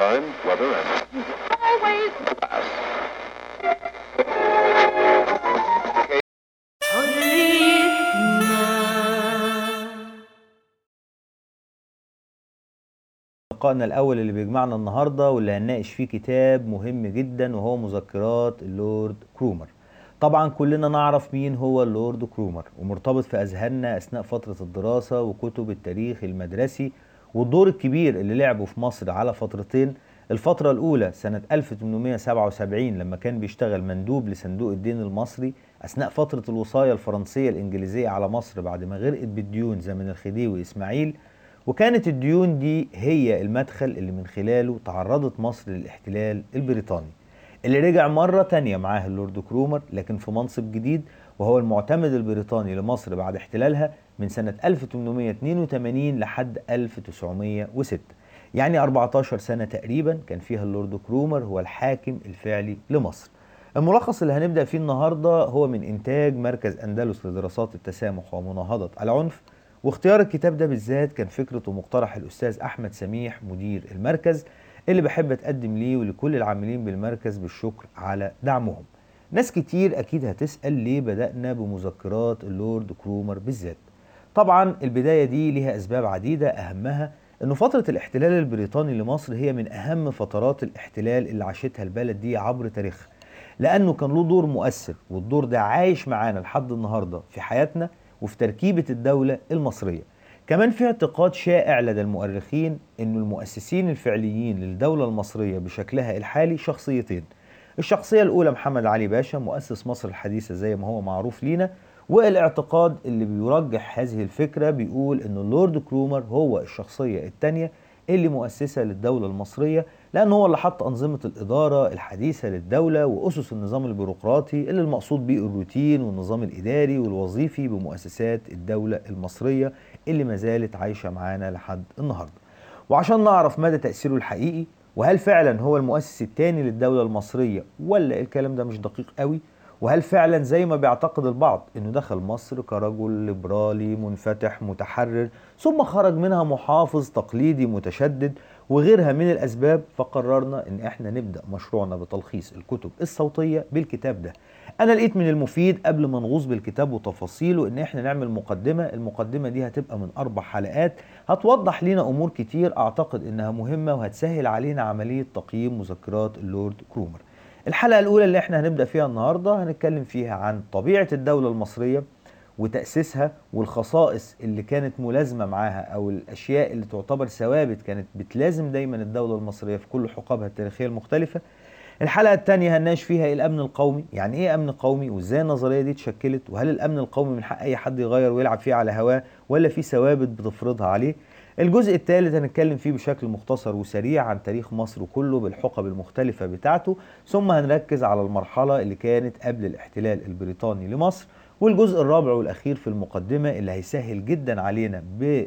time, weather, and always glass. لقائنا الأول اللي بيجمعنا النهاردة واللي هنناقش فيه كتاب مهم جدا وهو مذكرات اللورد كرومر. طبعا كلنا نعرف مين هو اللورد كرومر ومرتبط في أذهاننا أثناء فترة الدراسة وكتب التاريخ المدرسي، والدور الكبير اللي لعبه في مصر على فترتين. الفترة الأولى سنة 1877 لما كان بيشتغل مندوب لصندوق الدين المصري أثناء فترة الوصاية الفرنسية الإنجليزية على مصر بعد ما غرقت بالديون زمن الخديوي إسماعيل، وكانت الديون دي هي المدخل اللي من خلاله تعرضت مصر للاحتلال البريطاني، اللي رجع مرة تانية معاه اللورد كرومر لكن في منصب جديد، وهو المعتمد البريطاني لمصر بعد احتلالها من سنة 1882 لحد 1906. يعني 14 سنة تقريبا كان فيها اللورد كرومر هو الحاكم الفعلي لمصر. الملخص اللي هنبدأ فيه النهاردة هو من إنتاج مركز أندلس لدراسات التسامح ومناهضة العنف، واختيار الكتاب ده بالذات كان فكرة ومقترح الأستاذ أحمد سميح مدير المركز، اللي بحب أتقدم ليه ولكل العاملين بالمركز بالشكر على دعمهم. ناس كتير أكيد هتسأل ليه بدأنا بمذكرات اللورد كرومر بالذات. طبعا البداية دي ليها أسباب عديدة، أهمها أنه فترة الاحتلال البريطاني لمصر هي من أهم فترات الاحتلال اللي عاشتها البلد دي عبر تاريخها، لأنه كان له دور مؤثر، والدور ده عايش معانا لحد النهاردة في حياتنا وفي تركيبة الدولة المصرية. كمان في اعتقاد شائع لدى المؤرخين أن المؤسسين الفعليين للدولة المصرية بشكلها الحالي شخصيتين. الشخصية الأولى محمد علي باشا مؤسس مصر الحديثة زي ما هو معروف لينا، والاعتقاد اللي بيرجح هذه الفكرة بيقول أن اللورد كرومر هو الشخصية الثانية اللي مؤسسة للدولة المصرية، لأن هو اللي حط أنظمة الإدارة الحديثة للدولة وأسس النظام البيروقراطي اللي المقصود بيه الروتين والنظام الإداري والوظيفي بمؤسسات الدولة المصرية اللي ما زالت عايشة معانا لحد النهاردة. وعشان نعرف مدى تأثيره الحقيقي وهل فعلا هو المؤسس الثاني للدولة المصرية ولا الكلام ده مش دقيق قوي، وهل فعلا زي ما بيعتقد البعض انه دخل مصر كرجل ليبرالي منفتح متحرر ثم خرج منها محافظ تقليدي متشدد وغيرها من الاسباب، فقررنا ان احنا نبدأ مشروعنا بتلخيص الكتب الصوتية بالكتاب ده. انا لقيت من المفيد قبل ما نغوص بالكتاب وتفاصيله ان احنا نعمل مقدمة. المقدمة دي هتبقى من 4 حلقات هتوضح لنا امور كتير اعتقد انها مهمة وهتسهل علينا عملية تقييم مذكرات اللورد كرومر. الحلقة الأولى اللي احنا هنبدأ فيها النهاردة هنتكلم فيها عن طبيعة الدولة المصرية وتأسيسها والخصائص اللي كانت ملازمة معاها أو الأشياء اللي تعتبر ثوابت كانت بتلازم دايما الدولة المصرية في كل حقابها التاريخية المختلفة. الحلقة الثانية هنناقش فيها الأمن القومي، يعني إيه أمن قومي وإزاي النظرية دي اتشكلت، وهل الأمن القومي من حق أي حد يغير ويلعب فيه على هواه ولا في ثوابت بتفرضها عليه. الجزء الثالث هنتكلم فيه بشكل مختصر وسريع عن تاريخ مصر كله بالحقب المختلفة بتاعته، ثم هنركز على المرحلة اللي كانت قبل الاحتلال البريطاني لمصر. والجزء الرابع والأخير في المقدمة اللي هيسهل جدا علينا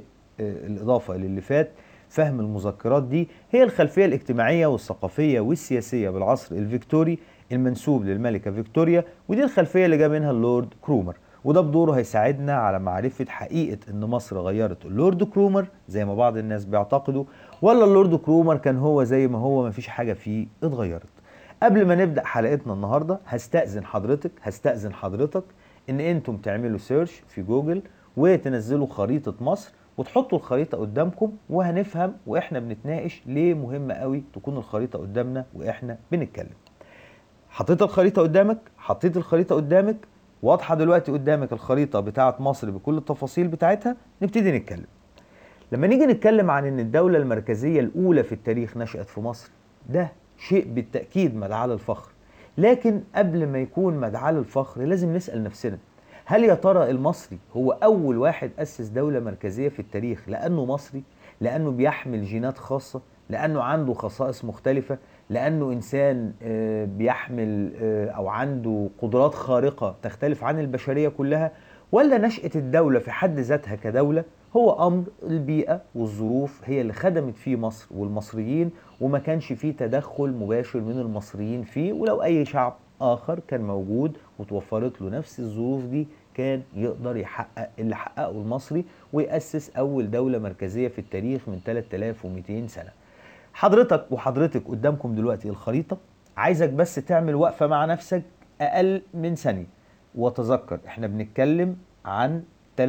بالإضافة للي فات فهم المذكرات دي هي الخلفية الاجتماعية والثقافية والسياسية بالعصر الفيكتوري المنسوب للملكة فيكتوريا، ودي الخلفية اللي جاء منها اللورد كرومر، وده بدوره هيساعدنا على معرفة حقيقة ان مصر غيرت اللورد كرومر زي ما بعض الناس بيعتقدوا، ولا اللورد كرومر كان هو زي ما هو مفيش حاجة فيه اتغيرت. قبل ما نبدأ حلقتنا النهاردة هستأذن حضرتك ان انتم تعملوا سيرش في جوجل وتنزلوا خريطة مصر وتحطوا الخريطة قدامكم، وهنفهم واحنا بنتناقش ليه مهم قوي تكون الخريطة قدامنا واحنا بنتكلم. حطيت الخريطة قدامك، واضحة دلوقتي قدامك الخريطة بتاعت مصر بكل التفاصيل بتاعتها. نبتدي نتكلم. لما نيجي نتكلم عن ان الدولة المركزية الاولى في التاريخ نشأت في مصر، ده شيء بالتأكيد مدعاة للفخر، لكن قبل ما يكون مدعاة للفخر لازم نسأل نفسنا، هل يا ترى المصري هو أول واحد أسس دولة مركزية في التاريخ لأنه مصري؟ لأنه بيحمل جينات خاصة؟ لأنه عنده خصائص مختلفة؟ لأنه إنسان بيحمل أو عنده قدرات خارقة تختلف عن البشرية كلها؟ ولا نشأة الدولة في حد ذاتها كدولة هو أمر البيئة والظروف هي اللي خدمت فيه مصر والمصريين، وما كانش فيه تدخل مباشر من المصريين فيه، ولو أي شعب آخر كان موجود وتوفرت له نفس الظروف دي كان يقدر يحقق اللي حققه المصري ويأسس أول دولة مركزية في التاريخ من 3200 سنة. حضرتك وحضرتك قدامكم دلوقتي الخريطة، عايزك بس تعمل وقفة مع نفسك أقل من ثانية، وتذكر احنا بنتكلم عن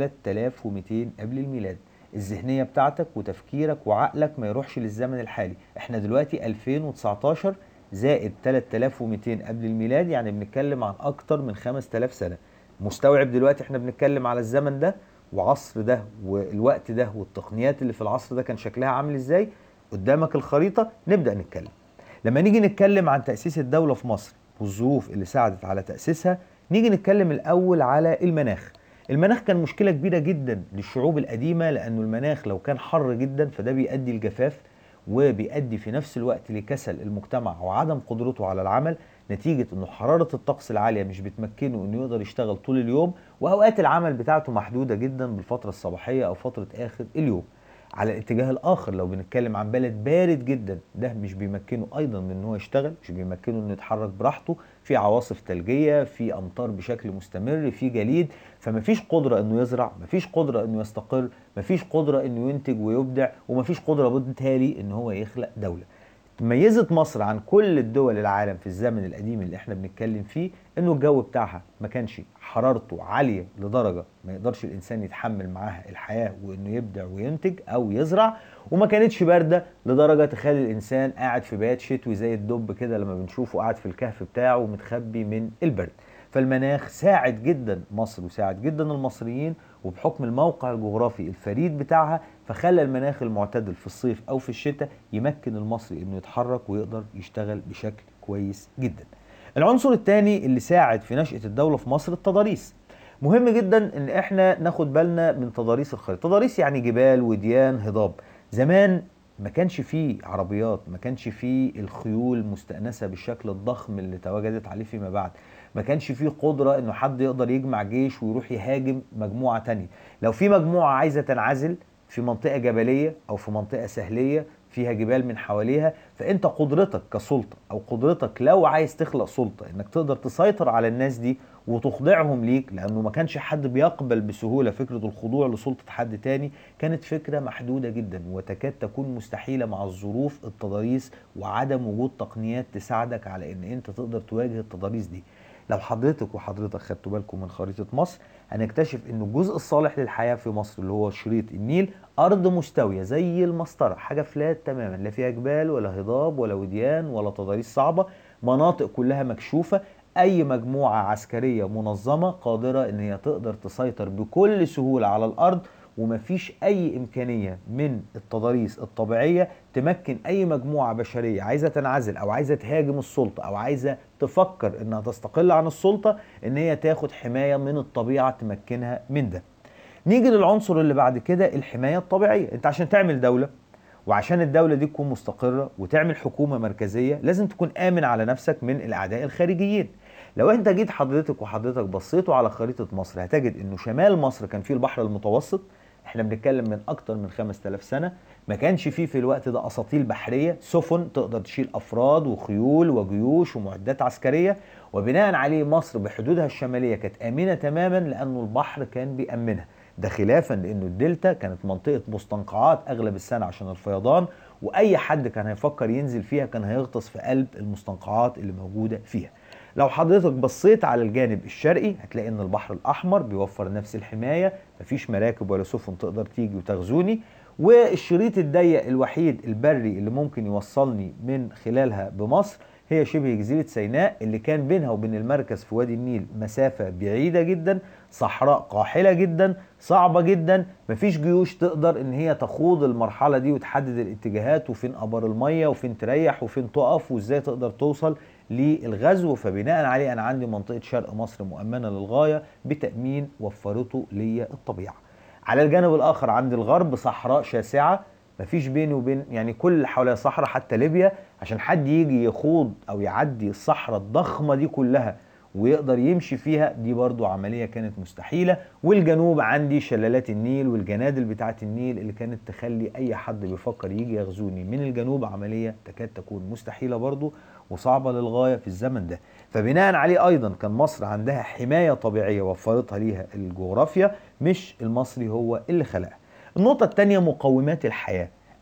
3200 قبل الميلاد. الذهنية بتاعتك وتفكيرك وعقلك ما يروحش للزمن الحالي. احنا دلوقتي 2019 زائد 3200 قبل الميلاد، يعني بنتكلم عن أكتر من 5000 سنة. مستوعب دلوقتي احنا بنتكلم على الزمن ده وعصر ده والوقت ده والتقنيات اللي في العصر ده كان شكلها عامل ازاي؟ قدامك الخريطة، نبدأ نتكلم. لما نيجي نتكلم عن تأسيس الدولة في مصر والظروف اللي ساعدت على تأسيسها، نيجي نتكلم الأول على المناخ. المناخ كان مشكلة كبيرة جدا للشعوب القديمة، لأنه المناخ لو كان حر جدا فده بيؤدي الجفاف، وبيؤدي في نفس الوقت لكسل المجتمع وعدم قدرته على العمل، نتيجة انه حرارة الطقس العالية مش بتمكنه انه يقدر يشتغل طول اليوم، واوقات العمل بتاعته محدودة جدا بالفترة الصباحية او فترة اخر اليوم. على الاتجاه الاخر لو بنتكلم عن بلد بارد جدا، ده مش بيمكنه ايضا من ان هو يشتغل، مش بيمكنه انه يتحرك براحته، في عواصف ثلجيه، في امطار بشكل مستمر، في جليد، فمفيش قدره انه يزرع، مفيش قدره انه يستقر، مفيش قدره انه ينتج ويبدع، ومفيش قدره بالتالي ان هو يخلق دوله. ميزت مصر عن كل الدول العالم في الزمن القديم اللي احنا بنتكلم فيه انه الجو بتاعها ما كانش حرارته عالية لدرجة ما يقدرش الانسان يتحمل معاها الحياة وانه يبدع وينتج او يزرع، وما كانتش باردة لدرجة تخلي الانسان قاعد في بيات شتوي زي الدب كده لما بنشوفه قاعد في الكهف بتاعه متخبي من البرد. فالمناخ ساعد جدا مصر وساعد جدا المصريين، وبحكم الموقع الجغرافي الفريد بتاعها فخلى المناخ المعتدل في الصيف او في الشتاء يمكن المصري انه يتحرك ويقدر يشتغل بشكل كويس جدا. العنصر الثاني اللي ساعد في نشأة الدولة في مصر التضاريس. مهم جدا ان احنا ناخد بالنا من تضاريس الخريطة. تضاريس يعني جبال وديان هضاب. زمان ما كانش فيه عربيات، ما كانش فيه الخيول مستأنسة بالشكل الضخم اللي تواجدت عليه فيما بعد، ما كانش فيه قدرة انه حد يقدر يجمع جيش ويروح يهاجم مجموعة تانية. لو في مجموعة عايزة تنعزل في منطقة جبلية او في منطقة سهلية فيها جبال من حواليها، فانت قدرتك كسلطة او قدرتك لو عايز تخلق سلطة انك تقدر تسيطر على الناس دي وتخضعهم ليك، لانه ما كانش حد بيقبل بسهولة فكرة الخضوع لسلطة حد تاني، كانت فكرة محدودة جدا وتكاد تكون مستحيلة مع الظروف التضاريس وعدم وجود تقنيات تساعدك على ان انت تقدر تواجه التضاريس دي. لو حضرتك وحضرتك خدتوا بالكم من خريطة مصر، هنكتشف ان الجزء الصالح للحياة في مصر اللي هو شريط النيل ارض مستوية زي المسطرة، حاجة فلات تماما، لا فيها جبال ولا هضاب ولا وديان ولا تضاريس صعبة، مناطق كلها مكشوفة. اي مجموعة عسكرية منظمة قادرة ان هي تقدر تسيطر بكل سهولة على الارض، ومفيش اي امكانية من التضاريس الطبيعية تمكن اي مجموعة بشرية عايزة تنعزل او عايزة تهاجم السلطة او عايزة تفكر انها تستقل عن السلطة، ان هي تاخد حماية من الطبيعة تمكنها من ده. نيجي للعنصر اللي بعد كده، الحماية الطبيعية. انت عشان تعمل دولة وعشان الدولة دي تكون مستقرة وتعمل حكومة مركزية لازم تكون آمن على نفسك من الأعداء الخارجيين. لو انت جيت حضرتك وحضرتك بصيتوا على خريطة مصر هتجد انه شمال مصر كان فيه البحر المتوسط، احنا بنتكلم من اكتر من 5000 سنة، ما كانش فيه في الوقت ده اساطيل بحرية، سفن تقدر تشيل افراد وخيول وجيوش ومعدات عسكرية، وبناء عليه مصر بحدودها الشمالية كانت آمنة تماما لأنه البحر كان بيأمنها. ده خلافا لأنه الدلتا كانت منطقة مستنقعات أغلب السنة عشان الفيضان، وأي حد كان هيفكر ينزل فيها كان هيغطس في قلب المستنقعات اللي موجودة فيها. لو حضرتك بصيت على الجانب الشرقي هتلاقي ان البحر الاحمر بيوفر نفس الحماية، مفيش مراكب ولا سفن تقدر تيجي وتغزوني، والشريط الضيق الوحيد البري اللي ممكن يوصلني من خلالها بمصر هي شبه جزيرة سيناء، اللي كان بينها وبين المركز في وادي النيل مسافة بعيدة جدا، صحراء قاحلة جدا صعبة جدا، مفيش جيوش تقدر ان هي تخوض المرحلة دي وتحدد الاتجاهات وفين ابار المية وفين تريح وفين تقف وازاي تقدر توصل للغزو. فبناء عليه انا عندي منطقة شرق مصر مؤمنة للغاية بتأمين وفرته ليا الطبيعة. على الجانب الاخر عند الغرب صحراء شاسعة، مفيش بيني وبين يعني كل اللي حواليها صحراء، حتى ليبيا عشان حد يجي يخوض او يعدي الصحراء الضخمة دي كلها ويقدر يمشي فيها دي برضو عملية كانت مستحيلة. والجنوب عندي شلالات النيل والجنادل بتاعة النيل اللي كانت تخلي اي حد بيفكر يجي يغزوني من الجنوب عملية تكاد تكون مستحيلة برضو وصعبة للغاية في الزمن ده. فبناء عليه ايضا كان مصر عندها حماية طبيعية وفرتها ليها الجغرافيا، مش المصري هو اللي خلقها. النقطة التانية مقومات الحياة.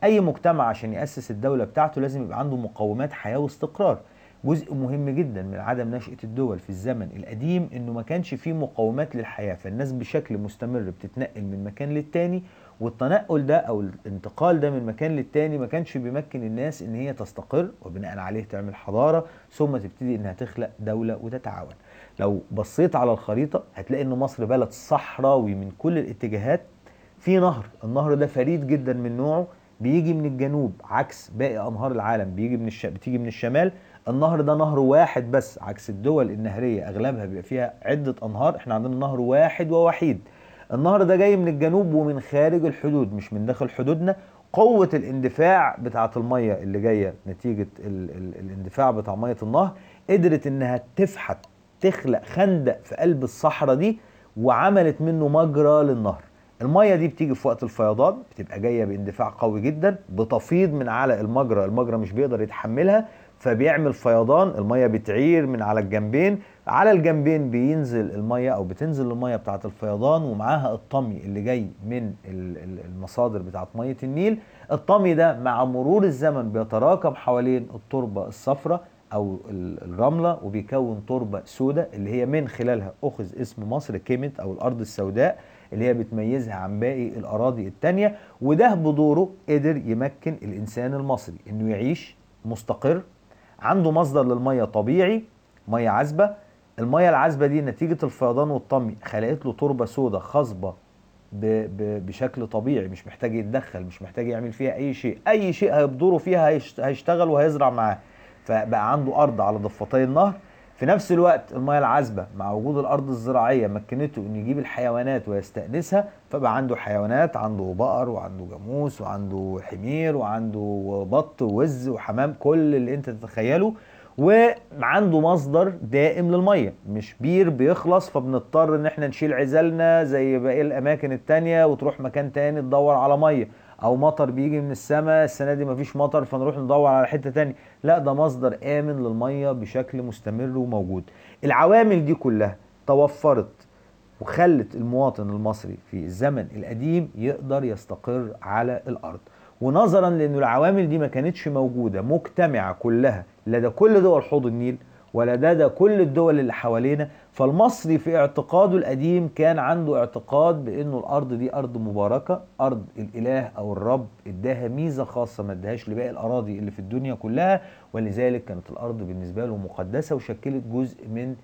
اي مجتمع عشان يأسس الدولة بتاعته لازم يبقى عنده مقومات حياة واستقرار. جزء مهم جدا من عدم نشأة الدول في الزمن القديم انه ما كانش فيه مقومات للحياة، فالناس بشكل مستمر بتتنقل من مكان للتاني، والتنقل ده او الانتقال ده من مكان للتاني ما كانش بيمكن الناس ان هي تستقر وبناء عليه تعمل حضارة ثم تبتدي انها تخلق دولة وتتعاون. لو بصيت على الخريطة هتلاقي ان مصر بلد صحراوي من كل الاتجاهات. في نهر، النهر ده فريد جدا من نوعه، بيجي من الجنوب عكس باقي انهار العالم بتيجي من الشمال. النهر ده نهر واحد بس، عكس الدول النهرية اغلبها بيبقى فيها عدة انهار، احنا عندنا نهر واحد ووحيد. النهر ده جاي من الجنوب ومن خارج الحدود مش من داخل حدودنا. قوة الاندفاع بتاعة المية اللي جاية نتيجة الاندفاع بتاع مية النهر قدرت انها تفحت، تخلق خندق في قلب الصحراء دي وعملت منه مجرى للنهر. المية دي بتيجي في وقت الفيضان، بتبقى جاية باندفاع قوي جدا، بتفيض من على المجرى مش بيقدر يتحملها، فبيعمل فيضان، المية بتعير من على الجنبين، على الجنبين بينزل المية او بتنزل المية بتاعة الفيضان ومعاها الطمي اللي جاي من المصادر بتاعة مية النيل. الطمي ده مع مرور الزمن بيتراكم حوالين التربة الصفراء او الرملة وبيكون تربة سوداء اللي هي من خلالها اخذ اسم مصر كيمت او الارض السوداء اللي هي بتميزها عن باقي الاراضي التانية. وده بدوره قدر يمكن الانسان المصري انه يعيش مستقر، عنده مصدر للمية طبيعي، مية عذبة. المية العذبة دي نتيجة الفيضان والطمي خلقت له تربة سوداء خصبة بشكل طبيعي، مش محتاج يتدخل، مش محتاج يعمل فيها اي شيء هيبدره فيها هيشتغل وهيزرع معاه. فبقى عنده ارض على ضفتي النهر. في نفس الوقت المياه العذبة مع وجود الارض الزراعية مكنته انه يجيب الحيوانات ويستأنسها، فبقى عنده حيوانات، عنده بقر وعنده جاموس وعنده حمير وعنده بط ووز وحمام، كل اللي انت تتخيله. وعنده مصدر دائم للمية، مش بير بيخلص فبنضطر ان احنا نشيل عزلنا زي باقي الاماكن التانية وتروح مكان تاني تدور على مية، او مطر بيجي من السماء السنة دي مفيش مطر فنروح ندور على حتة تانية. لا، ده مصدر امن للمية بشكل مستمر وموجود. العوامل دي كلها توفرت وخلت المواطن المصري في الزمن القديم يقدر يستقر على الارض. ونظرا لأن العوامل دي ما كانتش موجودة مجتمعة كلها لدى كل دول حوض النيل ولا ده كل الدول اللي حوالينا، فالمصري في اعتقاده القديم كان عنده اعتقاد بأنه الأرض دي أرض مباركة، أرض الإله أو الرب اداها ميزة خاصة ما اداهاش لباقي الأراضي اللي في الدنيا كلها، ولذلك كانت الأرض بالنسبة له مقدسة وشكلت جزء من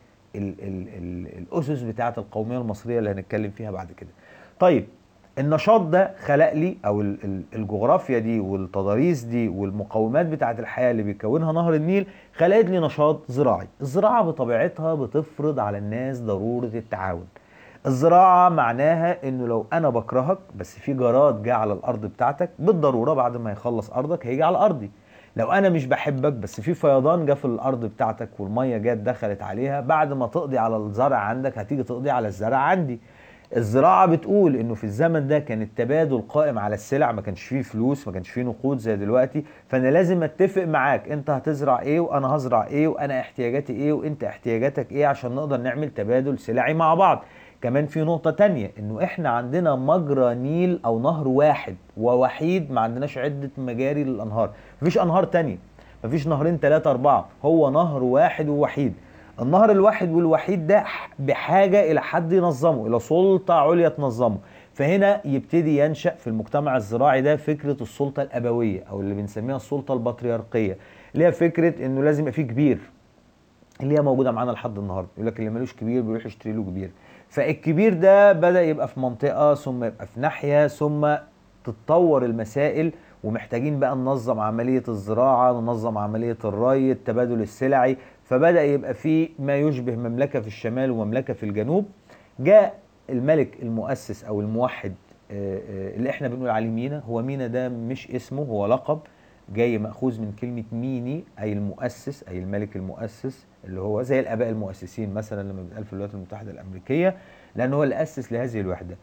الأسس بتاعة القومية المصرية اللي هنتكلم فيها بعد كده. طيب، النشاط ده خلق لي او الجغرافيا دي والتضاريس دي والمقومات بتاعه الحياه اللي بيكونها نهر النيل خلقت لي نشاط زراعي. الزراعه بطبيعتها بتفرض على الناس ضروره التعاون. الزراعه معناها انه لو انا بكرهك بس في جراد جه على الارض بتاعتك بالضروره بعد ما يخلص ارضك هيجي على ارضي. لو انا مش بحبك بس في فيضان جه في الارض بتاعتك والميه جت دخلت عليها، بعد ما تقضي على الزرع عندك هتيجي تقضي على الزرع عندي. الزراعة بتقول انه في الزمن ده كان التبادل قائم على السلع، ما كانش فيه فلوس، ما كانش فيه نقود زي دلوقتي، فانا لازم اتفق معاك انت هتزرع ايه وانا هزرع ايه وانا احتياجاتي ايه وانت احتياجاتك ايه عشان نقدر نعمل تبادل سلعي مع بعض. كمان في نقطة تانية انه احنا عندنا مجرى نيل او نهر واحد ووحيد، ما عندناش عدة مجاري للانهار، مفيش انهار تانية، مفيش نهرين تلاتة اربعة، هو نهر واحد ووحيد. النهر الواحد والوحيد ده بحاجة إلى حد ينظمه، إلى سلطة عليا تنظمه. فهنا يبتدي ينشأ في المجتمع الزراعي ده فكرة السلطة الأبوية أو اللي بنسميها السلطة البطريركية، اللي هي فكرة إنه لازم يبقى فيه كبير، اللي هي موجودة معانا لحد النهاردة. يقول لك اللي ملوش كبير بيروح يشتري له كبير. فالكبير ده بدأ يبقى في منطقة ثم يبقى في ناحية ثم تتطور المسائل، ومحتاجين بقى ننظم عملية الزراعة، ننظم عملية الري، التبادل السلعي. فبدأ يبقى في ما يشبه مملكة في الشمال ومملكة في الجنوب. جاء الملك المؤسس أو الموحد اللي احنا بنقول عليه مينا. هو مينا ده مش اسمه، هو لقب جاي مأخوذ من كلمة ميني أي المؤسس، أي الملك المؤسس، اللي هو زي الآباء المؤسسين مثلا لما بيتقال في الولايات المتحدة الأمريكية، لأنه هو اللي أسس لهذه الوحدة.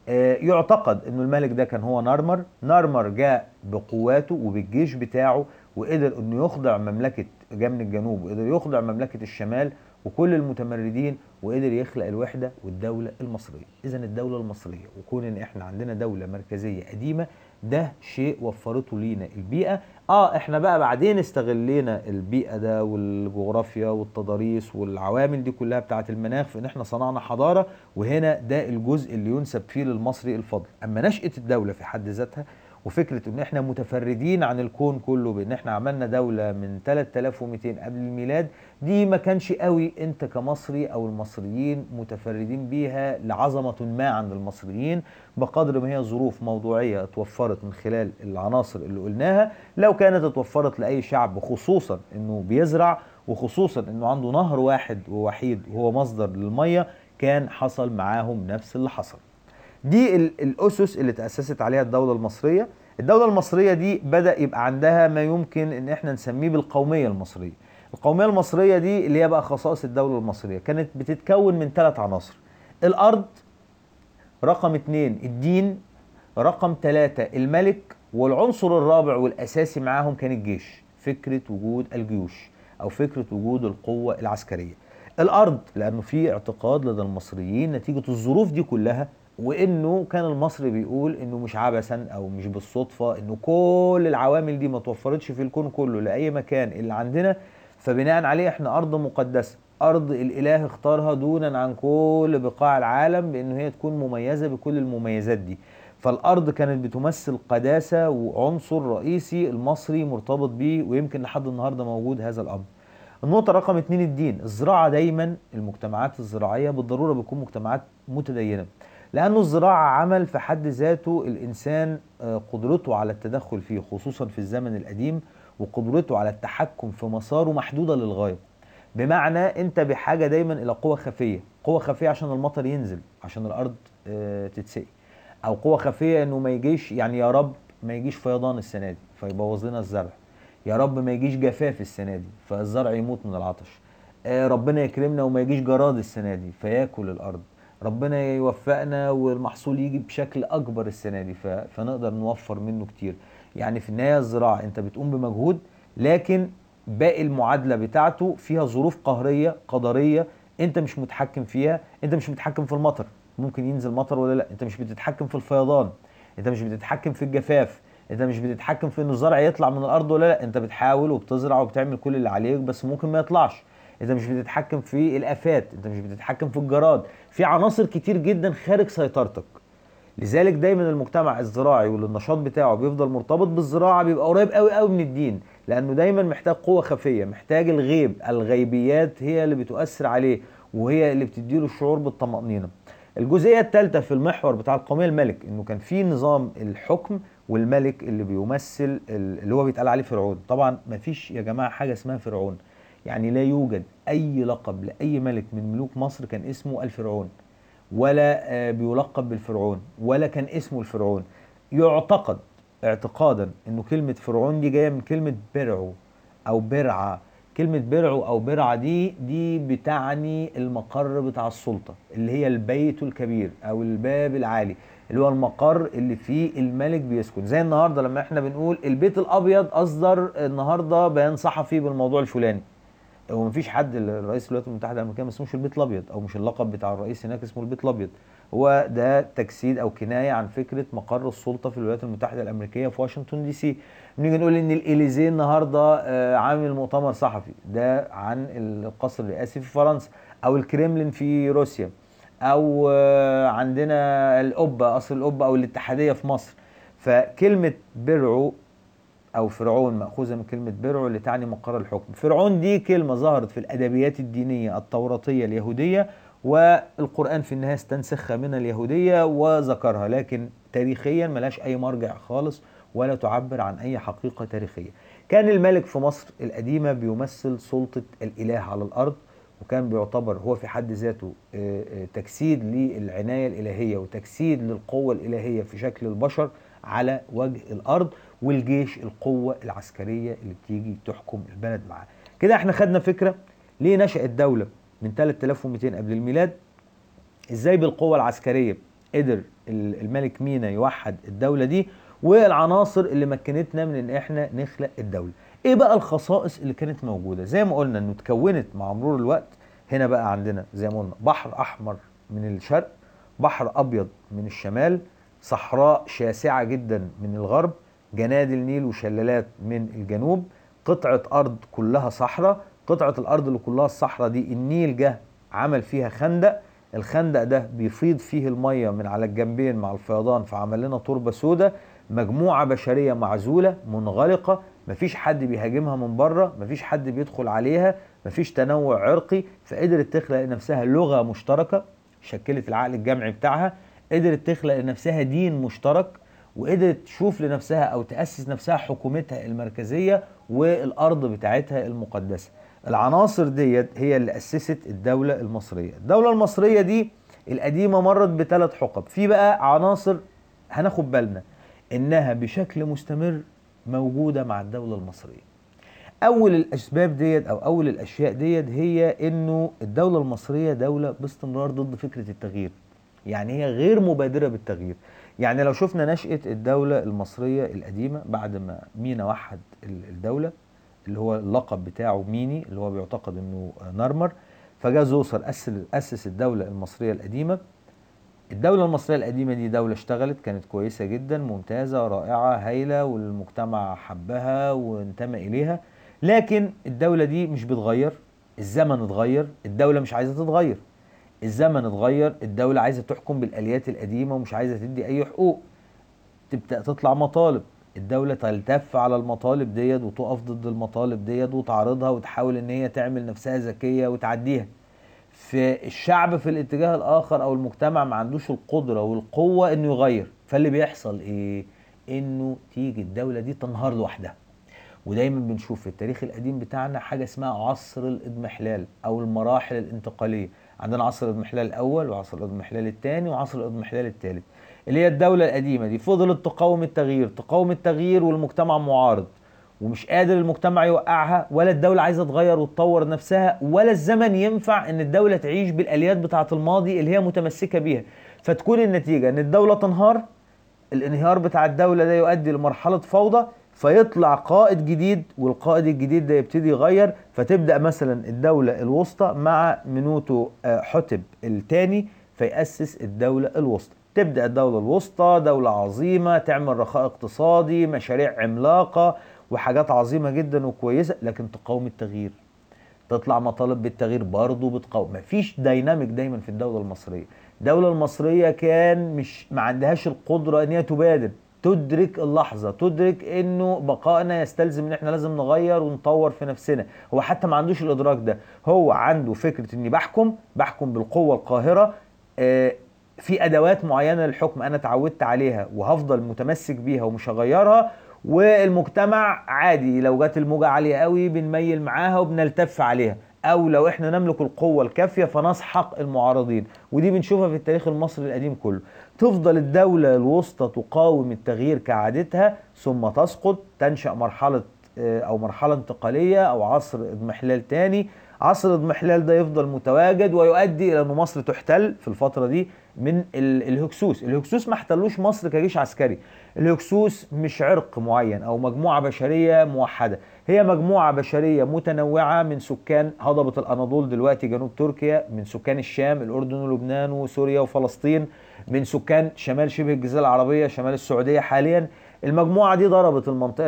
يعتقد أنه الملك ده كان هو نارمر جاء بقواته وبالجيش بتاعه وقدر أنه يخضع مملكة جاء من الجنوب وقدر يخضع مملكة الشمال وكل المتمردين، وقدر يخلق الوحدة والدولة المصرية. إذن الدولة المصرية وكون إن إحنا عندنا دولة مركزية قديمة ده شيء وفرته لينا البيئة. احنا بقى بعدين استغلينا البيئة ده والجغرافيا والتضاريس والعوامل دي كلها بتاعت المناخ في ان احنا صنعنا حضارة، وهنا ده الجزء اللي ينسب فيه للمصري الفضل. اما نشأة الدولة في حد ذاتها وفكرة ان احنا متفردين عن الكون كله بان احنا عملنا دولة من 3200 قبل الميلاد، دي ما كانش قوي انت كمصري او المصريين متفردين بيها لعظمة ما عند المصريين، بقدر ما هي ظروف موضوعية اتوفرت من خلال العناصر اللي قلناها. لو كانت اتوفرت لأي شعب، خصوصا انه بيزرع وخصوصا انه عنده نهر واحد ووحيد وهو مصدر للمية، كان حصل معاهم نفس اللي حصل. دي الأسس اللي تأسست عليها الدولة المصرية. الدولة المصرية دي بدأ يبقى عندها ما يمكن ان احنا نسميه بالقومية المصرية. القومية المصرية دي اللي هي بقى خصائص الدولة المصرية، كانت بتتكون من 3 عناصر: الأرض، رقم 2 الدين، رقم 3 الملك، والعنصر الرابع والأساسي معاهم كان الجيش، فكرة وجود الجيوش أو فكرة وجود القوة العسكرية. الأرض لأنه في اعتقاد لدى المصريين نتيجة الظروف دي كلها، وإنه كان المصري بيقول إنه مش عبثا أو مش بالصدفة إنه كل العوامل دي ما توفرتش في الكون كله لأي مكان اللي عندنا، فبناء عليه إحنا أرض مقدسة، أرض الإله اختارها دونا عن كل بقاع العالم بأنه هي تكون مميزة بكل المميزات دي. فالأرض كانت بتمثل قداسة وعنصر رئيسي المصري مرتبط بيه، ويمكن لحد النهاردة موجود هذا الأمر. النقطة رقم 2 الدين. الزراعة دايما المجتمعات الزراعية بالضرورة بتكون مجتمعات متدينة، لأنه الزراعة عمل في حد ذاته الإنسان قدرته على التدخل فيه خصوصا في الزمن القديم، وقدرته على التحكم في مساره محدودة للغاية. بمعنى انت بحاجة دايما الى قوة خفية، قوة خفية عشان المطر ينزل، عشان الارض تتسقي، او قوة خفية انه ما يجيش، يعني يا رب ما يجيش فيضان السنة دي فيبوظ لنا الزرع، يا رب ما يجيش جفاف السنة دي فالزرع يموت من العطش، ربنا يكرمنا وما يجيش جراد السنة دي فياكل الارض، ربنا يوفقنا والمحصول يجي بشكل اكبر السنة دي فنقدر نوفر منه كتير. يعني في النهاية الزراعة انت بتقوم بمجهود، لكن باقي المعادلة بتاعته فيها ظروف قهرية قدرية انت مش متحكم فيها. انت مش متحكم في المطر، ممكن ينزل مطر ولا لا، انت مش بتتحكم في الفيضان، انت مش بتتحكم في الجفاف، انت مش بتتحكم في انه الزرع يطلع من الارض ولا لا، انت بتحاول وبتزرع وبتعمل كل اللي عليك بس ممكن ما يطلعش. انت مش بتتحكم في الافات، انت مش بتتحكم في الجراد، في عناصر كتير جدا خارج سيطرتك. لذلك دايما المجتمع الزراعي واللي النشاط بتاعه بيفضل مرتبط بالزراعه بيبقى قريب قوي قوي من الدين، لانه دايما محتاج قوه خفيه، محتاج الغيب، الغيبيات هي اللي بتؤثر عليه وهي اللي بتديله الشعور بالطمأنينة. الجزئيه الثالثه في المحور بتاع القوميه الملك، انه كان في نظام الحكم والملك اللي بيمثل اللي هو بيتقال عليه فرعون. طبعا ما فيش يا جماعه حاجه اسمها فرعون، يعني لا يوجد اي لقب لاي ملك من ملوك مصر كان اسمه الفرعون، ولا بيلقب بالفرعون، ولا كان اسمه الفرعون. يعتقد اعتقادا انه كلمة فرعون دي جاية من كلمة برعو او برعة. كلمة برعو او برعة دي بتعني المقر بتاع السلطة، اللي هي البيت الكبير او الباب العالي، اللي هو المقر اللي فيه الملك بيسكن. زي النهاردة لما احنا بنقول البيت الابيض اصدر النهاردة بيان صحفي بالموضوع الفلاني، هو مفيش حد الرئيس الولايات المتحده الامريكيه ما اسموش البيت الابيض، او مش اللقب بتاع الرئيس هناك اسمه البيت الابيض، هو ده تجسيد او كنايه عن فكره مقر السلطه في الولايات المتحده الامريكيه في واشنطن دي سي. بنيجي نقول ان الاليزيه النهارده عامل مؤتمر صحفي، ده عن القصر الرئاسي في فرنسا، او الكريملين في روسيا، او عندنا القبه، قصر القبه او الاتحاديه في مصر. فكلمه برعو او فرعون مأخوذة من كلمة برعو اللي تعني مقر الحكم. فرعون دي كلمة ظهرت في الادبيات الدينية التوراتية اليهودية، والقرآن في النهاية استنسخها من اليهودية وذكرها، لكن تاريخيا ملاش اي مرجع خالص ولا تعبر عن اي حقيقة تاريخية. كان الملك في مصر القديمة بيمثل سلطة الاله على الارض، وكان بيعتبر هو في حد ذاته تجسيد للعناية الالهية وتجسيد للقوة الالهية في شكل البشر على وجه الارض، والجيش القوة العسكرية اللي بتيجي تحكم البلد معاه. كده احنا خدنا فكرة ليه نشأت دولة من 3200 قبل الميلاد، ازاي بالقوة العسكرية قدر الملك مينا يوحد الدولة دي، والعناصر اللي مكنتنا من ان احنا نخلق الدولة. ايه بقى الخصائص اللي كانت موجودة؟ زي ما قلنا انه اتكونت مع مرور الوقت. هنا بقى عندنا زي ما قلنا بحر احمر من الشرق، بحر ابيض من الشمال، صحراء شاسعة جدا من الغرب، جنادل نيل وشلالات من الجنوب، قطعة أرض كلها صحراء. قطعة الأرض اللي كلها الصحراء دي النيل جه عمل فيها خندق، الخندق ده بيفيض فيه المية من على الجنبين مع الفيضان، فعمل لنا تربة سوداء. مجموعة بشرية معزولة منغلقة، مفيش حد بيهاجمها من بره، مفيش حد بيدخل عليها، مفيش تنوع عرقي، فقدرت تخلق لنفسها لغة مشتركة شكلت العقل الجمعي بتاعها، قدرت تخلق لنفسها دين مشترك، وقدرت تشوف لنفسها او تأسس نفسها حكومتها المركزية والارض بتاعتها المقدسة. العناصر ديت هي اللي أسست الدولة المصرية. الدولة المصرية دي القديمة مرت بثلاث حقب، في بقى عناصر هناخد بالنا انها بشكل مستمر موجودة مع الدولة المصرية. اول الاسباب ديت او اول الاشياء ديت هي انه الدولة المصرية دولة باستمرار ضد فكرة التغيير، يعني هي غير مبادرة بالتغيير. يعني لو شفنا نشأة الدولة المصرية القديمة بعد ما مينا وحد الدولة، اللي هو اللقب بتاعه ميني اللي هو بيعتقد انه نرمر، فجاء زوسر أسس الدولة المصرية القديمة. الدولة المصرية القديمة دي دولة اشتغلت، كانت كويسة جدا، ممتازة رائعة هايلة، والمجتمع حبها وانتمى إليها. لكن الدولة دي مش بتغير، الزمن اتغير، الدولة مش عايزة تتغير. الزمن اتغير، الدولة عايزة تحكم بالآليات القديمة ومش عايزة تدي أي حقوق. تبدأ تطلع مطالب، الدولة تلتف على المطالب ديت وتقف ضد المطالب ديت وتعرضها وتحاول ان هي تعمل نفسها ذكية وتعديها. في الشعب في الاتجاه الاخر او المجتمع ما عندوش القدرة والقوة انه يغير، فاللي بيحصل ايه؟ انه تيجي الدولة دي تنهار لوحدها. ودايما بنشوف في التاريخ القديم بتاعنا حاجة اسمها عصر الاضمحلال او المراحل الانتقالية. عندنا عصر الاضمحلال الاول وعصر الاضمحلال الثاني وعصر الاضمحلال الثالث. اللي هي الدولة القديمة دي فضلت تقاوم التغيير، تقاوم التغيير، والمجتمع معارض ومش قادر المجتمع يوقعها، ولا الدولة عايزة تغير وتطور نفسها، ولا الزمن ينفع ان الدولة تعيش بالآليات بتاعة الماضي اللي هي متمسكة بيها. فتكون النتيجة ان الدولة تنهار، الانهيار بتاع الدولة ده يؤدي لمرحلة فوضى، فيطلع قائد جديد، والقائد الجديد ده يبتدي يغير، فتبدأ مثلا الدولة الوسطى مع منوتو حتب الثاني فيأسس الدولة الوسطى. تبدأ الدولة الوسطى دولة عظيمة، تعمل رخاء اقتصادي، مشاريع عملاقة وحاجات عظيمة جدا وكويسة، لكن تقاوم التغيير. تطلع مطالب بالتغيير برضه بتقاوم. مفيش دايناميك دايما في الدولة المصرية. الدولة المصرية كان مش ما عندهاش القدرة ان هي تبادر، تدرك اللحظة، تدرك انه بقائنا يستلزم ان احنا لازم نغير ونطور في نفسنا. هو حتى ما عندوش الادراك ده، هو عنده فكرة اني بحكم بالقوة القاهرة. في ادوات معينة للحكم انا اتعودت عليها وهفضل متمسك بيها ومش هغيرها، والمجتمع عادي لو جت الموجة عالية قوي بنميل معاها وبنلتف عليها، او لو احنا نملك القوة الكافية فنسحق المعارضين. ودي بنشوفها في التاريخ المصري القديم كله. تفضل الدولة الوسطى تقاوم التغيير كعادتها ثم تسقط، تنشأ مرحلة او مرحلة انتقالية او عصر اضمحلال تاني. عصر الاضمحلال ده يفضل متواجد ويؤدي الى ان مصر تحتل في الفترة دي من الهكسوس. الهكسوس ما احتلوش مصر كجيش عسكري، الهكسوس مش عرق معين او مجموعة بشرية موحدة، هي مجموعة بشرية متنوعة من سكان هضبة الاناضول دلوقتي جنوب تركيا، من سكان الشام الاردن ولبنان وسوريا وفلسطين، من سكان شمال شبه الجزيرة العربية شمال السعودية حاليا. المجموعة دي ضربت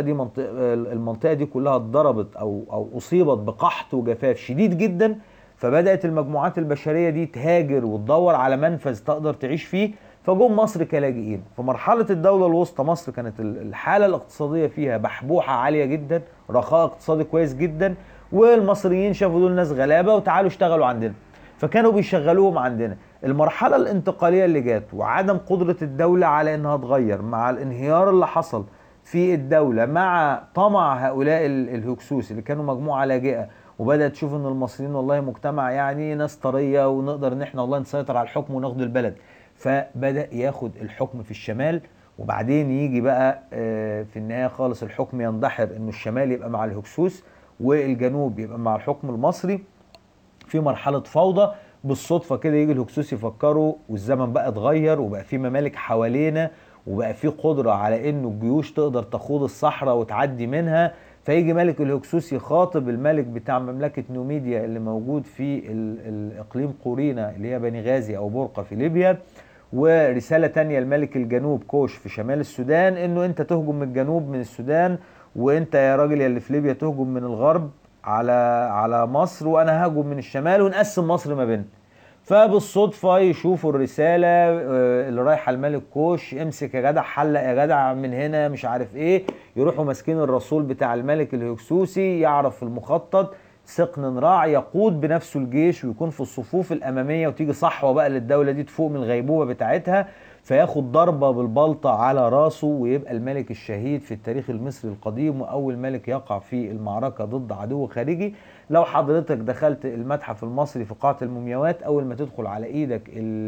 المنطقة دي كلها اتضربت او اصيبت بقحط وجفاف شديد جدا، فبدأت المجموعات البشرية دي تهاجر وتدور على منفذ تقدر تعيش فيه، فجم مصر كلاجئين. في مرحلة الدولة الوسطى مصر كانت الحالة الاقتصادية فيها بحبوحة عالية جدا، رخاء اقتصادي كويس جدا، والمصريين شافوا دول ناس غلابة وتعالوا اشتغلوا عندنا، فكانوا بيشغلوهم عندنا. المرحلة الانتقالية اللي جات وعدم قدرة الدولة على انها تغير مع الانهيار اللي حصل في الدولة، مع طمع هؤلاء الهكسوس اللي كانوا مجموعة لاجئة، وبدأت تشوف ان المصريين والله مجتمع يعني ناس طرية ونقدر ان احنا والله نسيطر على الحكم وناخد البلد، فبدأ ياخد الحكم في الشمال. وبعدين يجي بقى في النهاية خالص الحكم يندحر انه الشمال يبقى مع الهكسوس والجنوب يبقى مع الحكم المصري في مرحلة فوضى. بالصدفة كده يجي الهكسوس يفكروا والزمن بقى اتغير وبقى في ممالك حوالينا وبقى في قدرة على انه الجيوش تقدر تخوض الصحراء وتعدي منها، فيجي ملك الهكسوس يخاطب الملك بتاع مملكة نوميديا اللي موجود في الاقليم قورينا اللي هي بني غازي او برقة في ليبيا، ورسالة تانية لملك الجنوب كوش في شمال السودان انه انت تهجم من الجنوب من السودان، وانت يا راجل يا اللي في ليبيا تهجم من الغرب على مصر، وانا ههجم من الشمال ونقسم مصر ما بيننا. فبالصدفة يشوفوا الرسالة اللي رايحة الملك كوش، امسك يا جدع، حلق يا جدع من هنا، مش عارف ايه. يروحوا ماسكين الرسول بتاع الملك الهكسوسي، يعرف المخطط، سقن نراع يقود بنفسه الجيش ويكون في الصفوف الأمامية، وتيجي صحوة بقى للدولة دي تفوق من الغيبوبة بتاعتها، فياخد ضربة بالبلطة على راسه، ويبقى الملك الشهيد في التاريخ المصري القديم، وأول ملك يقع في المعركة ضد عدو خارجي. لو حضرتك دخلت المتحف المصري في قاعة المومياوات، أول ما تدخل على إيدك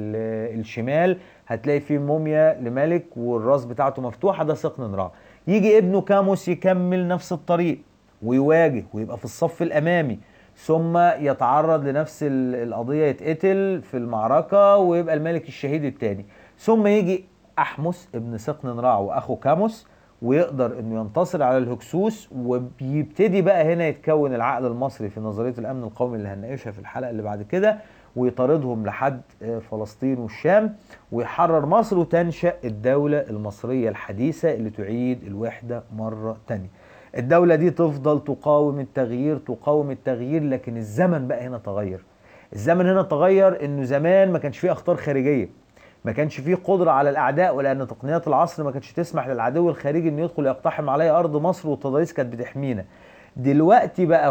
الشمال هتلاقي فيه موميا لملك والراس بتاعته مفتوحة، ده سقن نراع. يجي ابنه كاموس يكمل نفس الطريق ويواجه ويبقى في الصف الأمامي، ثم يتعرض لنفس القضية، يتقتل في المعركة ويبقى الملك الشهيد الثاني. ثم يجي أحمس ابن سقن نراع وأخو كاموس، ويقدر انه ينتصر على الهكسوس، وبيبتدي بقى هنا يتكون العقل المصري في نظرية الامن القومي اللي هنناقشها في الحلقة اللي بعد كده، ويطاردهم لحد فلسطين والشام ويحرر مصر، وتنشأ الدولة المصرية الحديثة اللي تعيد الوحدة مرة تانية. الدولة دي تفضل تقاوم التغيير تقاوم التغيير، لكن الزمن بقى هنا تغير. الزمن هنا تغير، انه زمان ما كانش فيه اخطار خارجية، ما كانش فيه قدرة على الأعداء، ولأن تقنيات العصر ما كانتش تسمح للعدو الخارجي إنه يدخل يقتحم علي أرض مصر، والتضاريس كانت بتحمينا. دلوقتي بقى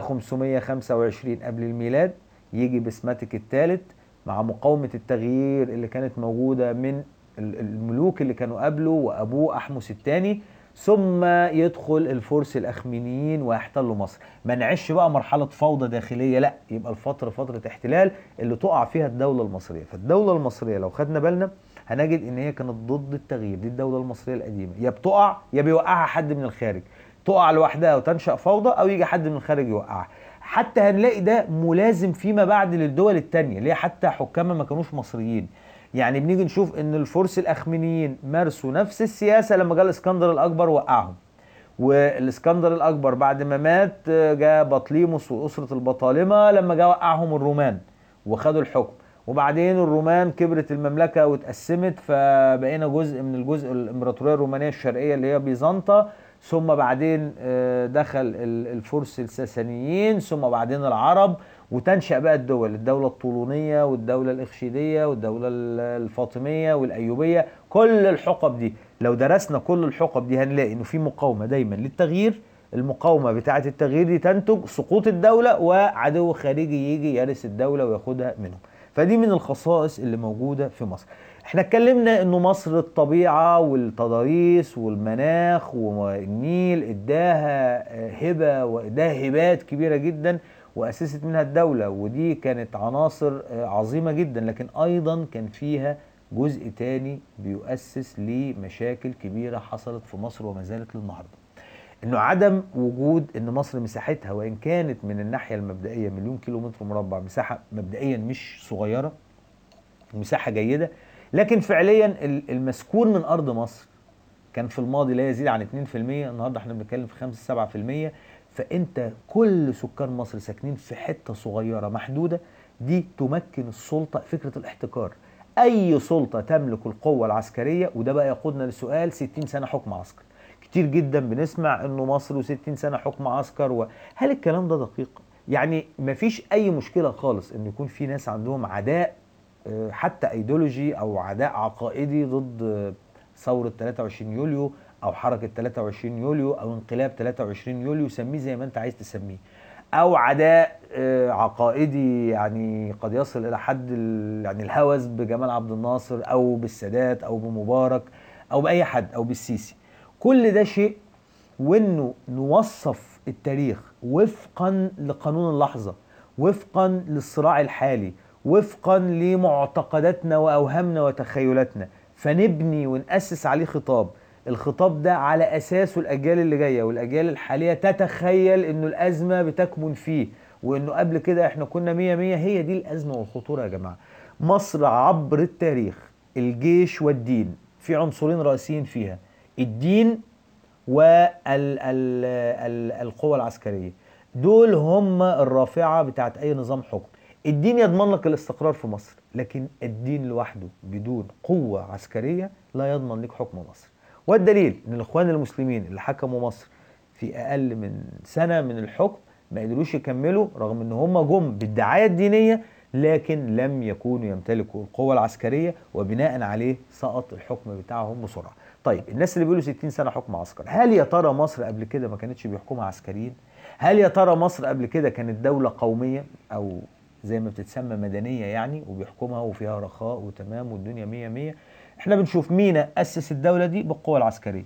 525 قبل الميلاد يجي بسماتيك الثالث مع مقاومة التغيير اللي كانت موجودة من الملوك اللي كانوا قبله وأبوه أحمس الثاني، ثم يدخل الفرس الأخمينيين ويحتلوا مصر. ما نعيش بقى مرحلة فوضى داخلية، لا، يبقى الفترة فترة احتلال اللي تقع فيها الدولة المصرية. فالدولة المصرية لو خدنا بالنا هنجد ان هي كانت ضد التغيير. دي الدولة المصرية القديمة، يا بتقع يا بيوقعها حد من الخارج، تقع لوحدها وتنشأ فوضى، او يجي حد من الخارج يوقعها. حتى هنلاقي ده ملازم فيما بعد للدول التانية اللي هي حتى حكامها ما كانوش مصريين. يعني بنيجي نشوف ان الفرس الاخمينيين مارسوا نفس السياسة لما جاء الاسكندر الاكبر وقعهم، والاسكندر الاكبر بعد ما مات جاء بطليموس واسرة البطالمة لما جاء وقعهم الرومان وخدوا الحكم. وبعدين الرومان كبرت المملكة واتقسمت، فبقينا جزء من الامبراطورية الرومانية الشرقية اللي هي بيزنطة، ثم بعدين دخل الفرس الساسانيين، ثم بعدين العرب، وتنشأ بقى الدولة الطولونية والدولة الإخشيدية والدولة الفاطمية والأيوبية. كل الحقب دي لو درسنا كل الحقب دي هنلاقي انه في مقاومة دايما للتغيير. المقاومة بتاعة التغيير دي تنتج سقوط الدولة وعدو خارجي يجي يرث الدولة وياخدها منهم. فدي من الخصائص اللي موجودة في مصر. احنا اتكلمنا انه مصر الطبيعة والتضاريس والمناخ والنيل اداها هبة واداها هبات كبيرة جدا واسست منها الدولة، ودي كانت عناصر عظيمة جدا، لكن ايضا كان فيها جزء تاني بيؤسس لمشاكل كبيرة حصلت في مصر وما زالت للنهاردة. انه عدم وجود ان مصر مساحتها وان كانت من الناحية المبدئية مليون كيلو متر مربع، مساحة مبدئيا مش صغيرة، مساحة جيدة، لكن فعليا المسكون من ارض مصر كان في الماضي لا يزيد عن 2%، النهاردة احنا بنتكلم في 5-7%. فانت كل سكان مصر ساكنين في حتة صغيرة محدودة، دي تمكن السلطة فكرة الاحتكار. اي سلطة تملك القوة العسكرية، وده بقى يقودنا لسؤال 60 سنة حكم عسكر. كتير جدا بنسمع انه مصر و60 سنة حكم عسكر، هل الكلام ده دقيق؟ يعني مفيش اي مشكلة خالص ان يكون في ناس عندهم عداء حتى ايديولوجي او عداء عقائدي ضد ثورة 23 يوليو او حركة 23 يوليو او انقلاب 23 يوليو، سميه زي ما انت عايز تسميه، او عداء عقائدي يعني قد يصل الى حد يعني الهوس بجمال عبد الناصر او بالسادات او بمبارك او باي حد او بالسيسي. كل ده شيء، وانه نوصف التاريخ وفقا لقانون اللحظة، وفقا للصراع الحالي، وفقا لمعتقداتنا واوهامنا وتخيلاتنا، فنبني ونأسس عليه خطاب. الخطاب ده على اساسه الاجيال اللي جايه والاجيال الحاليه تتخيل انه الازمه بتكمن فيه، وانه قبل كده احنا كنا مية مية. هي دي الازمه والخطوره يا جماعه. مصر عبر التاريخ الجيش والدين في عنصرين رئيسيين فيها، الدين والقوة العسكرية، دول هم الرافعة بتاعت اي نظام حكم. الدين يضمن لك الاستقرار في مصر، لكن الدين لوحده بدون قوة عسكرية لا يضمن لك حكم مصر. والدليل ان الاخوان المسلمين اللي حكموا مصر في اقل من سنة من الحكم ما قدروش يكملوا، رغم ان هم جم بالدعاية الدينية لكن لم يكونوا يمتلكوا القوة العسكرية، وبناء عليه سقط الحكم بتاعهم بسرعة. طيب الناس اللي بيقولوا 60 سنة حكم عسكري، هل يا ترى مصر قبل كده ما كانتش بيحكمها عسكريين؟ هل يا ترى مصر قبل كده كانت دولة قومية او زي ما بتتسمى مدنية يعني، وبيحكمها وفيها رخاء وتمام والدنيا مية مية؟ احنا بنشوف مينا أسس الدولة دي بالقوة العسكرية،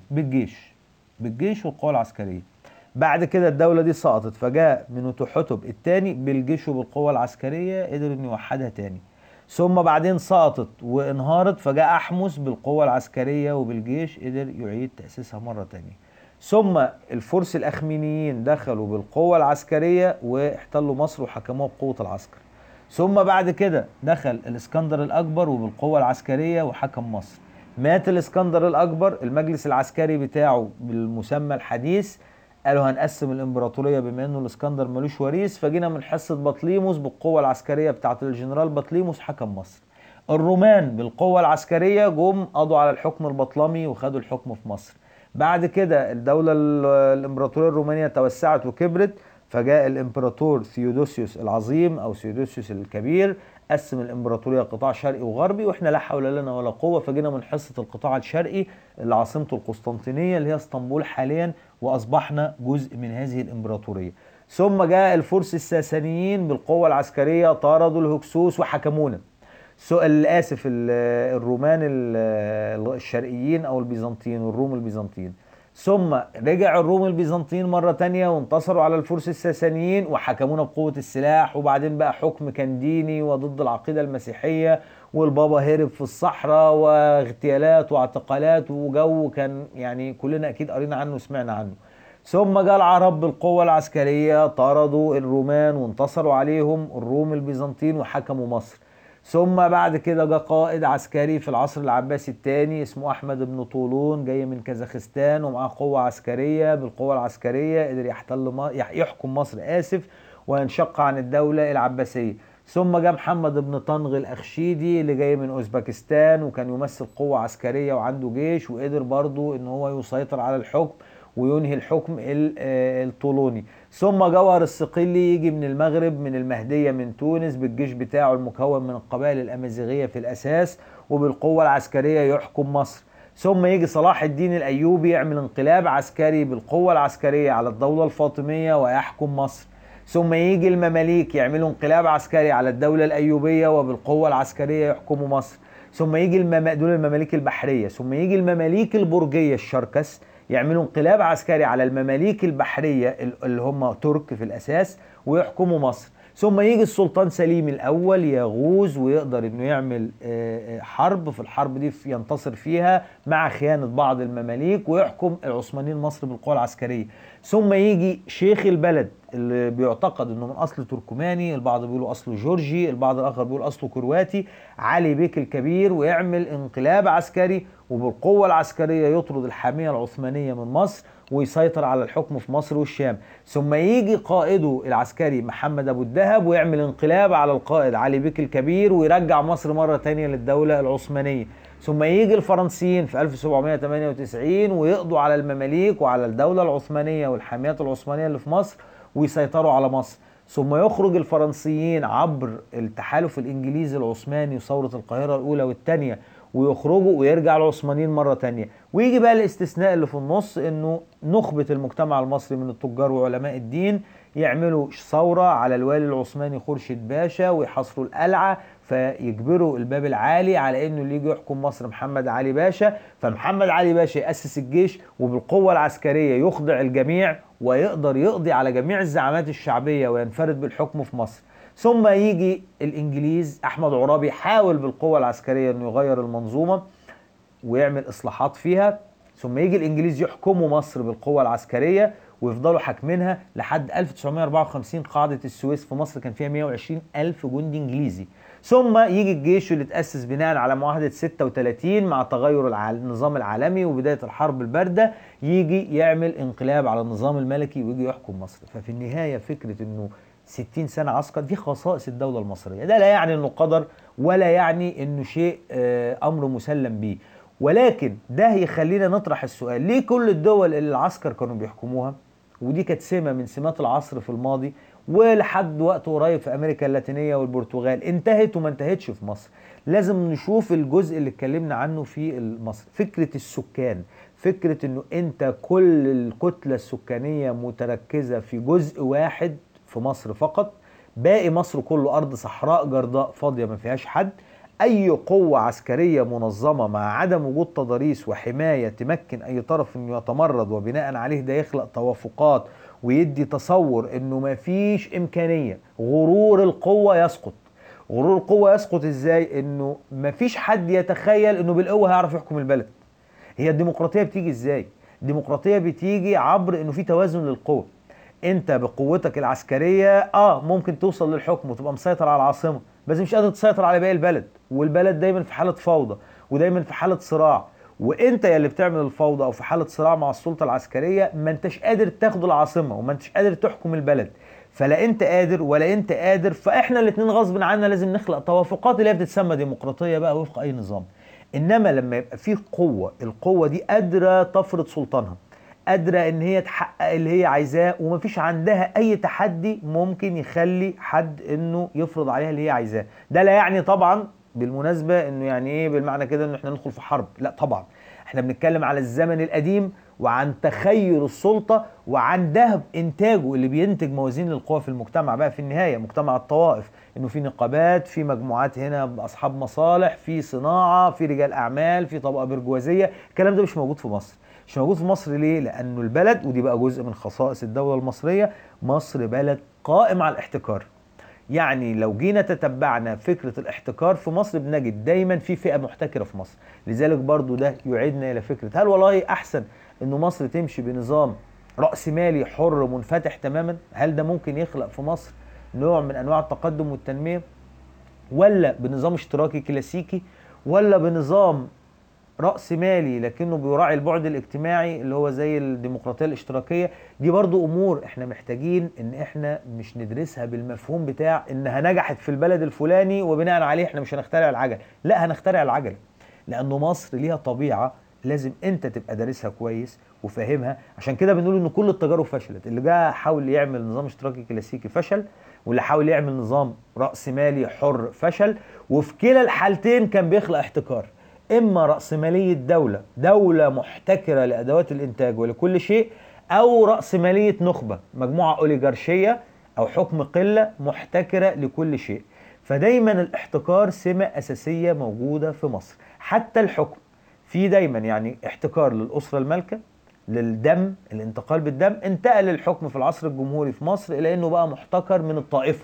بالجيش والقوة العسكرية. بعد كده الدولة دي سقطت، فجاء منوتحتب الثاني بالجيش وبالقوة العسكرية قدر انه يوحدها تاني. ثم بعدين سقطت وانهارت، فجاء أحمس بالقوة العسكرية وبالجيش قدر يعيد تأسيسها مرة تانية. ثم الفرس الأخمينيين دخلوا بالقوة العسكرية واحتلوا مصر وحكموها بقوة العسكر. ثم بعد كده دخل الإسكندر الأكبر وبالقوة العسكرية وحكم مصر. مات الإسكندر الأكبر، المجلس العسكري بتاعه بالمسمى الحديث قالوا هنقسم الإمبراطورية بما إنه الإسكندر ملوش وريث، فجينا من حصة بطليموس بالقوة العسكرية بتاعة الجنرال بطليموس حكم مصر. الرومان بالقوة العسكرية جم قضوا على الحكم البطلمي وخدوا الحكم في مصر. بعد كده الدولة الإمبراطورية الرومانية توسعت وكبرت، فجاء الإمبراطور ثيودوسيوس العظيم أو ثيودوسيوس الكبير قسم الإمبراطورية قطاع شرقي وغربي، وإحنا لا حول لنا ولا قوة، فجينا من حصة القطاع الشرقي اللي عاصمته القسطنطينية اللي هي اسطنبول حاليا، وأصبحنا جزء من هذه الإمبراطورية. ثم جاء الفرس الساسانيين بالقوة العسكرية طاردوا الهكسوس وحكمونا. آسف، الرومان الشرقيين أو البيزنطيين، والروم البيزنطيين. ثم رجع الروم البيزنطيين مرة تانية وانتصروا على الفرس الساسانيين وحكمونا بقوة السلاح، وبعدين بقى حكم كان ديني وضد العقيدة المسيحية، والبابا هرب في الصحراء واغتيالات واعتقالات وجو كان يعني كلنا أكيد قرينا عنه وسمعنا عنه. ثم جاء العرب بالقوة العسكرية طاردوا الرومان وانتصروا عليهم الروم البيزنطيين وحكموا مصر. ثم بعد كده جاء قائد عسكري في العصر العباسي الثاني اسمه أحمد بن طولون جاي من كازاخستان ومعاه قوة عسكرية، بالقوة العسكرية قدر يحكم مصر وينشق عن الدولة العباسية. ثم جاء محمد بن طنغ الأخشيدي اللي جاي من أوزبكستان وكان يمثل قوة عسكرية وعنده جيش، وقدر برضو ان هو يسيطر على الحكم وينهي الحكم الطولوني. ثم جوهر الصقلي يجي من المغرب من المهدية من تونس بالجيش بتاعه المكون من القبائل الأمازيغية في الأساس وبالقوة العسكرية يحكم مصر. ثم يجي صلاح الدين الأيوبي يعمل انقلاب عسكري بالقوة العسكرية على الدولة الفاطمية ويحكم مصر. ثم يجي المماليك يعملوا انقلاب عسكري على الدولة الأيوبية وبالقوة العسكرية يحكموا مصر. ثم يجي دول المماليك البحرية. ثم يجي المماليك البرجية الشركس يعملوا انقلاب عسكري على المماليك البحرية اللي هم ترك في الأساس ويحكموا مصر. ثم يجي السلطان سليم الأول يغوز ويقدر انه يعمل حرب، في الحرب دي ينتصر فيها مع خيانة بعض المماليك ويحكم العثمانيين مصر بالقوة العسكرية. ثم يجي شيخ البلد اللي بيعتقد انه من اصل تركماني، البعض بيقولوا اصله جورجي، البعض الاخر بيقول اصله كرواتي، علي بيك الكبير، ويعمل انقلاب عسكري وبالقوة العسكرية يطرد الحامية العثمانية من مصر ويسيطر على الحكم في مصر والشام. ثم يجي قائده العسكري محمد أبو الدهب ويعمل انقلاب على القائد علي بيك الكبير ويرجع مصر مرة تانية للدولة العثمانية. ثم يجي الفرنسيين في 1798 ويقضوا على المماليك وعلى الدولة العثمانية والحاميات العثمانية اللي في مصر ويسيطروا على مصر. ثم يخرج الفرنسيين عبر التحالف الإنجليزي العثماني وثورة القاهرة الأولى والثانية ويخرجوا ويرجع العثمانيين مرة تانية. ويجي بقى الاستثناء اللي في النص انه نخبة المجتمع المصري من التجار وعلماء الدين يعملوا ثورة على الوالي العثماني خورشيد باشا ويحاصروا القلعة، فيجبروا الباب العالي على انه اللي يجي يحكم مصر محمد علي باشا. فمحمد علي باشا يأسس الجيش وبالقوة العسكرية يخضع الجميع ويقدر يقضي على جميع الزعامات الشعبية وينفرد بالحكم في مصر. ثم يجي الإنجليز، أحمد عرابي حاول بالقوة العسكرية أنه يغير المنظومة ويعمل إصلاحات فيها. ثم يجي الإنجليز يحكموا مصر بالقوة العسكرية ويفضلوا حاكمينها لحد 1954. قاعدة السويس في مصر كان فيها 120 ألف جندي إنجليزي. ثم يجي الجيش اللي تأسس بناء على معاهدة 36 مع تغير النظام العالمي وبداية الحرب الباردة، يجي يعمل انقلاب على النظام الملكي ويجي يحكم مصر. ففي النهاية فكرة أنه 60 سنة عسكر. دي خصائص الدولة المصرية. ده لا يعني انه قدر ولا يعني انه شيء امر مسلم به، ولكن ده يخلينا نطرح السؤال: ليه كل الدول اللي العسكر كانوا بيحكموها، ودي كانت سمة من سمات العصر في الماضي ولحد وقت قريب في امريكا اللاتينية والبرتغال، انتهت وما انتهتش في مصر؟ لازم نشوف الجزء اللي اتكلمنا عنه في مصر، فكرة السكان، فكرة انه انت كل الكتلة السكانية متركزة في جزء واحد في مصر فقط، باقي مصر كله ارض صحراء جرداء فاضية ما فيهاش حد. اي قوة عسكرية منظمة مع عدم وجود تضاريس وحماية تمكن اي طرف انه يتمرد، وبناء عليه ده يخلق توافقات ويدي تصور انه ما فيش امكانية، غرور القوة يسقط. غرور القوة يسقط ازاي؟ انه ما فيش حد يتخيل انه بالقوة هيعرف يحكم البلد. هي الديمقراطية بتيجي ازاي؟ الديمقراطية بتيجي عبر انه في توازن للقوة. انت بقوتك العسكرية ممكن توصل للحكم وتبقى مسيطر على العاصمة، بس مش قادر تسيطر على باقي البلد، والبلد دايما في حالة فوضى ودايما في حالة صراع، وانت يا اللي بتعمل الفوضى او في حالة صراع مع السلطة العسكرية ما انتش قادر تاخد العاصمة وما انتش قادر تحكم البلد. فلا انت قادر ولا انت قادر، فاحنا الاتنين غصب عنا لازم نخلق توافقات اللي هي بتتسمى ديمقراطية بقى وفق اي نظام. انما لما يبقى في قوة، القوة دي قادرة تفرض سلطانها، قادرة ان هي تحقق اللي هي عايزاه، ومفيش عندها اي تحدي ممكن يخلي حد انه يفرض عليها اللي هي عايزاه. ده لا يعني طبعا بالمناسبة انه يعني ايه بالمعنى كده انه احنا ندخل في حرب، لا طبعا. احنا بنتكلم على الزمن القديم وعن تخير السلطة وعن دهب انتاجه اللي بينتج موازين للقوى في المجتمع بقى في النهاية، مجتمع الطوائف، انه في نقابات، في مجموعات هنا اصحاب مصالح، في صناعة، في رجال اعمال، في طبقة برجوازية. الكلام ده مش موجود في مصر. مش موجود في مصر ليه؟ لانه البلد، ودي بقى جزء من خصائص الدولة المصرية، مصر بلد قائم على الاحتكار. يعني لو جينا تتبعنا فكرة الاحتكار في مصر بنجد دايما في فئة محتكرة في مصر. لذلك برضو ده يعيدنا إلى فكرة: هل والله أحسن أنه مصر تمشي بنظام رأسمالي حر منفتح تماما؟ هل ده ممكن يخلق في مصر نوع من أنواع التقدم والتنمية؟ ولا بنظام اشتراكي كلاسيكي؟ ولا بنظام رأس مالي لكنه بيراعي البعد الاجتماعي اللي هو زي الديمقراطية الاشتراكية؟ دي برضو امور احنا محتاجين ان احنا مش ندرسها بالمفهوم بتاع انها نجحت في البلد الفلاني وبناء عليه احنا مش هنخترع العجل. لا، هنخترع العجل، لانه مصر ليها طبيعة لازم انت تبقى دارسها كويس وفاهمها. عشان كده بنقول ان كل التجارب فشلت. اللي جاء حاول يعمل نظام اشتراكي كلاسيكي فشل، واللي حاول يعمل نظام رأس مالي حر فشل، وفي كلا الحالتين كان بيخلق احتكار. اما رأسمالية دولة محتكرة لأدوات الانتاج ولكل شيء، او رأسمالية نخبة، مجموعة اوليغارشية او حكم قلة محتكرة لكل شيء. فدايما الاحتكار سمة اساسية موجودة في مصر. حتى الحكم في دايما يعني احتكار للأسرة المالكة، للدم، الانتقال بالدم. انتقل الحكم في العصر الجمهوري في مصر الى انه بقى محتكر من الطائفة،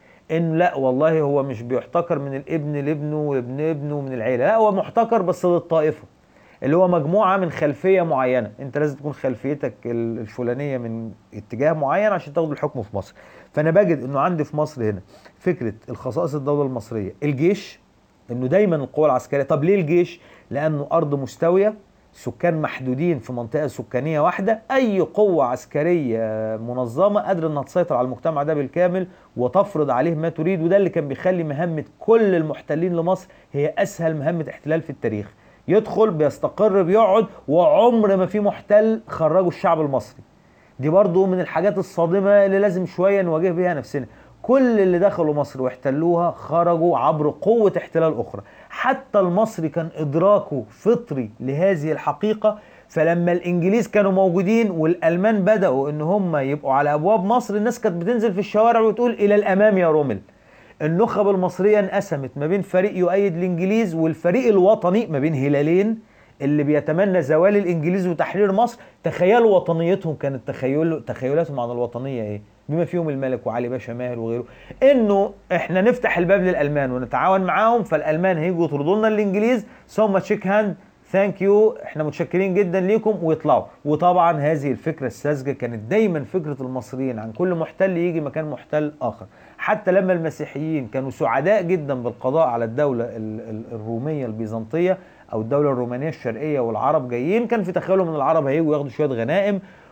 ان لا والله هو مش بيحتكر من الابن لابنه وابن ابنه من العيله، لا هو محتكر بس للطائفه، اللي هو مجموعه من خلفيه معينه. انت لازم تكون خلفيتك الفلانيه من اتجاه معين عشان تاخد الحكم في مصر. فانا بجد انه عندي في مصر هنا فكره الخصائص الدوله المصريه: الجيش، انه دايما القوى العسكريه. طب ليه الجيش؟ لانه ارض مستويه، سكان محدودين في منطقة سكانية واحدة، أي قوة عسكرية منظمة قادرة أنها تسيطر على المجتمع ده بالكامل وتفرض عليه ما تريد. وده اللي كان بيخلي مهمة كل المحتلين لمصر هي أسهل مهمة احتلال في التاريخ. يدخل بيستقر بيقعد، وعمر ما في محتل خرجوا الشعب المصري. دي برضو من الحاجات الصادمة اللي لازم شوية نواجه بيها نفسنا. كل اللي دخلوا مصر واحتلوها خرجوا عبر قوة احتلال أخرى. حتى المصري كان إدراكه فطري لهذه الحقيقة. فلما الإنجليز كانوا موجودين والألمان بدأوا إن هم يبقوا على أبواب مصر، الناس كانت بتنزل في الشوارع وتقول: إلى الأمام يا رومل. النخب المصرية انقسمت ما بين فريق يؤيد الإنجليز والفريق الوطني، ما بين هلالين اللي بيتمنى زوال الإنجليز وتحرير مصر. تخيلوا وطنيتهم كانت، تخيلاتهم عن الوطنية إيه؟ بما فيهم الملك وعلي باشا ماهر وغيره، انه احنا نفتح الباب للالمان ونتعاون معاهم، فالالمان هيجوا يطردوا لنا الانجليز، ثم تشيك هاند، ثانك يو، احنا متشكرين جدا ليكم، ويطلعوا. وطبعا هذه الفكره الساذجه كانت دايما فكره المصريين عن كل محتل يجي مكان محتل اخر. حتى لما المسيحيين كانوا سعداء جدا بالقضاء على الدوله الروميه البيزنطيه او الدوله الرومانيه الشرقيه والعرب جايين، كان في تخيلهم ان العرب هيجوا ياخدوا شويه غنائم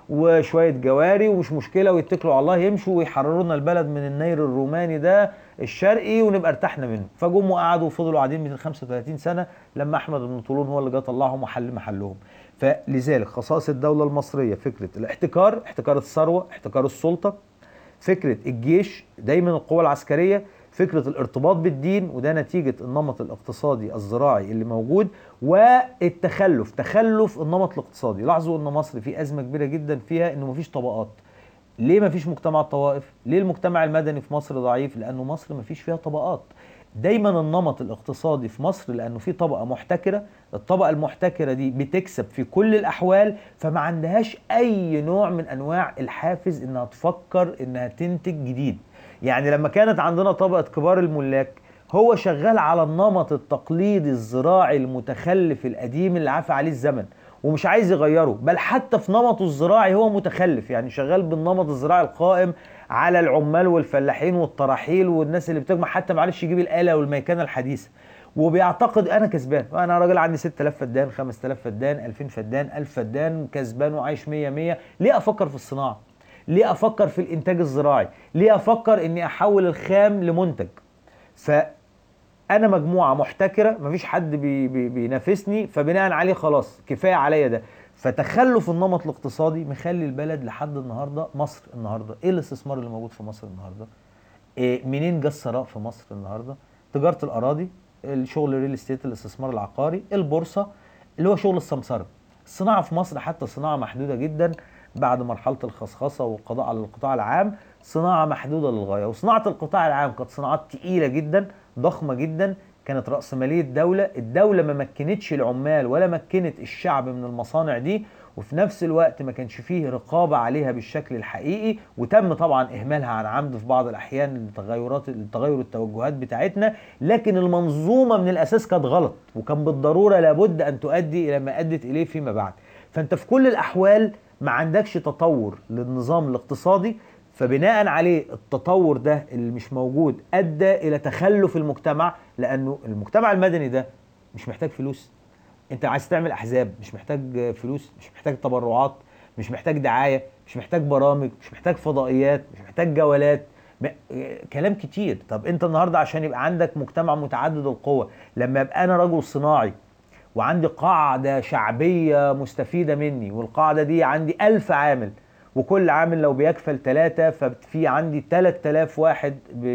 وشويه جواري ومش مشكله، ويتكلوا على الله يمشوا ويحرروا لنا البلد من النير الروماني ده الشرقي ونبقى ارتحنا منه. فجم وقعدوا وفضلوا قاعدين 235 سنه لما احمد بن طولون هو اللي جه طلعهم وحل محلهم. فلذلك خصائص الدوله المصريه فكره الاحتكار، احتكار الثروه، احتكار السلطه، فكره الجيش دايما القوه العسكريه، فكره الارتباط بالدين وده نتيجه النمط الاقتصادي الزراعي اللي موجود، والتخلف، تخلف النمط الاقتصادي. لاحظوا ان مصر في ازمه كبيره جدا فيها انه مفيش طبقات. ليه مفيش مجتمع طوائف؟ ليه المجتمع المدني في مصر ضعيف؟ لانه مصر مفيش فيها طبقات. دايما النمط الاقتصادي في مصر لانه في طبقه محتكره، الطبقه المحتكره دي بتكسب في كل الاحوال، فما عندهاش اي نوع من انواع الحافز انها تفكر انها تنتج جديد. يعني لما كانت عندنا طبقه كبار الملاك، هو شغال على النمط التقليدي الزراعي المتخلف القديم اللي عفى عليه الزمن ومش عايز يغيره، بل حتى في نمطه الزراعي هو متخلف، يعني شغال بالنمط الزراعي القائم على العمال والفلاحين والطراحيل والناس اللي بتجمع، حتى معلش يجيب الآلة والميكنة الحديثة، وبيعتقد انا كسبان، انا راجل عندي 6000 فدان، 5000 فدان، 2000 فدان، 1000 فدان، كسبان وعايش 100 100. ليه افكر في الصناعة؟ ليه افكر في الانتاج الزراعي؟ ليه افكر اني احول الخام لمنتج؟ فانا مجموعه محتكره، مفيش حد بينافسني، فبناء عليه خلاص كفايه عليا ده. فتخلف النمط الاقتصادي مخلي البلد لحد النهارده، مصر النهارده ايه الاستثمار اللي موجود في مصر النهارده؟ إيه منين جه الثراء في مصر النهارده؟ تجاره الاراضي، الشغل الريل استيت، الاستثمار العقاري، البورصه، اللي هو شغل السمسره. الصناعه في مصر حتى صناعه محدوده جدا بعد مرحله الخصخصه والقضاء على القطاع العام، صناعه محدوده للغايه. وصناعه القطاع العام كانت صناعات تقيله جدا، ضخمه جدا، كانت رأسمالية دولة. الدولة ما مكنتش العمال ولا مكنت الشعب من المصانع دي، وفي نفس الوقت ما كانش فيه رقابة عليها بالشكل الحقيقي، وتم طبعا إهمالها عن عمد في بعض الأحيان لتغير التوجهات بتاعتنا. لكن المنظومة من الأساس كانت غلط، وكان بالضرورة لابد أن تؤدي إلى ما أدت إليه فيما بعد. فأنت في كل الأحوال ما عندكش تطور للنظام الاقتصادي، فبناء عليه التطور ده اللي مش موجود ادى الى تخلف المجتمع، لانه المجتمع المدني ده مش محتاج فلوس. انت عايز تعمل احزاب مش محتاج فلوس، مش محتاج تبرعات، مش محتاج دعايه، مش محتاج برامج، مش محتاج فضائيات، مش محتاج جولات، كلام كتير. طب انت النهارده عشان يبقى عندك مجتمع متعدد القوى، لما يبقى انا رجل صناعي وعندي قاعدة شعبية مستفيدة مني، والقاعدة دي عندي 1000 عامل، وكل عامل لو بيكفل 3، ففي عندي 3000 واحد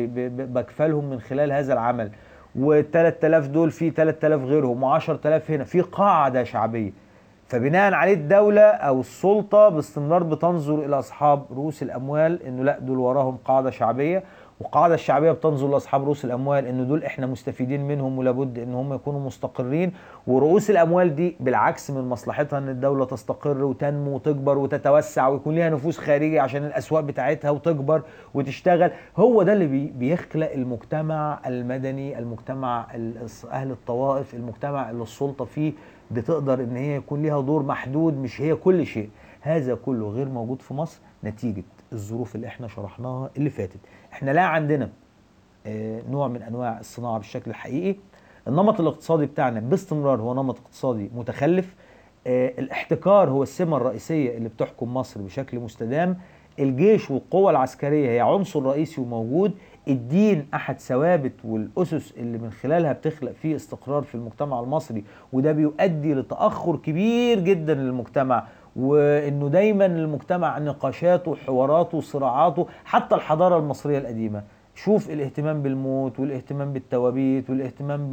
بكفلهم من خلال هذا العمل، وال3000 دول في 3000 غيرهم و10000 هنا، في قاعدة شعبية. فبناء عليه الدولة أو السلطة باستمرار بتنظر إلى أصحاب رؤوس الأموال إنه لا دول وراهم قاعدة شعبية، والقاعدة الشعبية بتنظر لأصحاب رؤوس الأموال إن دول إحنا مستفيدين منهم ولابد إن هم يكونوا مستقرين. ورؤوس الأموال دي بالعكس من مصلحتها إن الدولة تستقر وتنمو وتكبر وتتوسع ويكون ليها نفوذ خارجي عشان الأسواق بتاعتها وتكبر وتشتغل. هو ده اللي بيخلق المجتمع المدني، المجتمع أهل الطوائف، المجتمع اللي السلطة فيه بتقدر ان هي يكون ليها دور محدود، مش هي كل شيء. هذا كله غير موجود في مصر نتيجة الظروف اللي احنا شرحناها اللي فاتت. احنا لا عندنا نوع من انواع الصناعة بالشكل الحقيقي، النمط الاقتصادي بتاعنا باستمرار هو نمط اقتصادي متخلف، الاحتكار هو السمة الرئيسية اللي بتحكم مصر بشكل مستدام، الجيش والقوة العسكرية هي عنصر رئيسي وموجود، الدين أحد ثوابت والأسس اللي من خلالها بتخلق فيه استقرار في المجتمع المصري، وده بيؤدي لتأخر كبير جدا للمجتمع، وإنه دايما المجتمع نقاشاته وحواراته وصراعاته. حتى الحضارة المصرية القديمة شوف الاهتمام بالموت والاهتمام بالتوابيت والاهتمام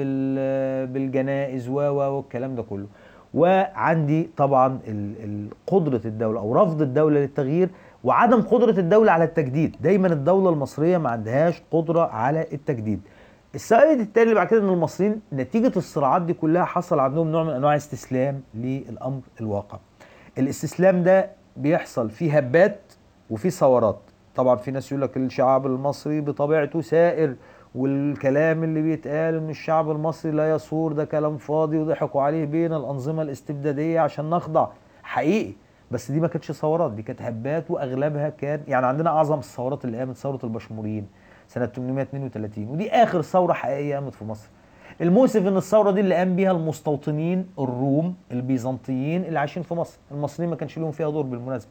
بالجنائز والكلام ده كله. وعندي طبعا قدرة الدولة أو رفض الدولة للتغيير وعدم قدرة الدولة على التجديد. دايما الدولة المصرية ما عندهاش قدرة على التجديد. السائد التاني اللي بعد كده ان المصريين نتيجة الصراعات دي كلها حصل عندهم نوع من انواع استسلام للامر الواقع. الاستسلام ده بيحصل فيه هبات وفيه ثورات. طبعا في ناس يقول لك الشعب المصري بطبيعته سائر، والكلام اللي بيتقال ان الشعب المصري لا يثور ده كلام فاضي وضحكوا عليه بين الانظمة الاستبدادية عشان نخضع. حقيقي، بس دي ما كانتش ثورات، دي كانت هبات، واغلبها كان يعني عندنا اعظم الثورات اللي قامت ثوره البشموريين سنه 832، ودي اخر ثوره حقيقيه قامت في مصر. المؤسف ان الثوره دي اللي قام بيها المستوطنين الروم البيزنطيين اللي عايشين في مصر، المصريين ما كانش لهم فيها دور بالمناسبه.